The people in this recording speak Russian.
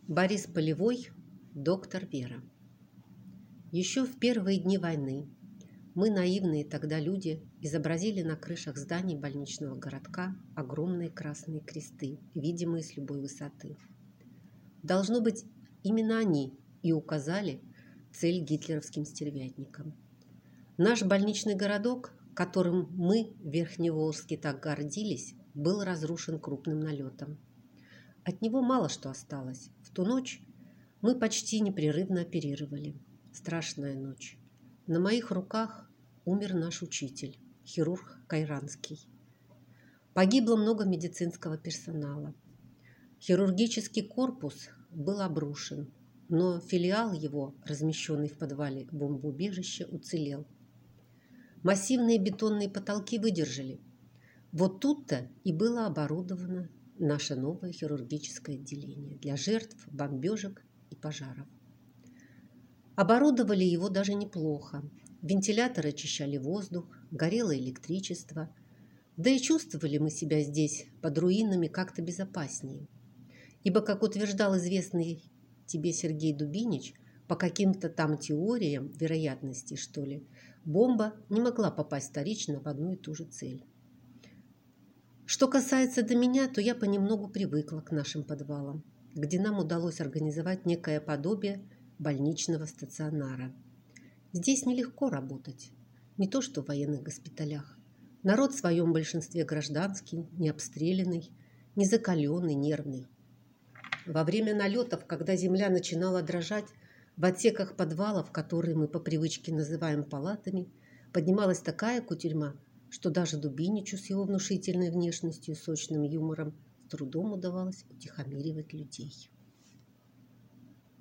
Борис Полевой, доктор Вера. Еще в первые дни войны мы, наивные тогда люди, изобразили на крышах зданий больничного городка огромные красные кресты, видимые с любой высоты. Должно быть, именно они и указали цель гитлеровским стервятникам. Наш больничный городок, которым мы в Верхневолжске так гордились, был разрушен крупным налетом. От него мало что осталось. В ту ночь мы почти непрерывно оперировали. Страшная ночь. На моих руках умер наш учитель, хирург Кайранский. Погибло много медицинского персонала. Хирургический корпус был обрушен, но филиал его, размещенный в подвале бомбоубежища, уцелел. Массивные бетонные потолки выдержали. Вот тут-то и было оборудовано наше новое хирургическое отделение для жертв бомбежек и пожаров. Оборудовали его даже неплохо. Вентиляторы очищали воздух, горело электричество. Да и чувствовали мы себя здесь, под руинами, как-то безопаснее. Ибо, как утверждал известный тебе Сергей Дубинич, по каким-то там теориям вероятности, что ли, бомба не могла попасть вторично в одну и ту же цель. Что касается до меня, то я понемногу привыкла к нашим подвалам, где нам удалось организовать некое подобие больничного стационара. Здесь нелегко работать, не то что в военных госпиталях. Народ в своем большинстве гражданский, не обстрелянный, не закаленный, нервный. Во время налетов, когда земля начинала дрожать, в отсеках подвалов, которые мы по привычке называем палатами, поднималась такая кутерьма, что даже Дубиничу с его внушительной внешностью и сочным юмором с трудом удавалось утихомиривать людей.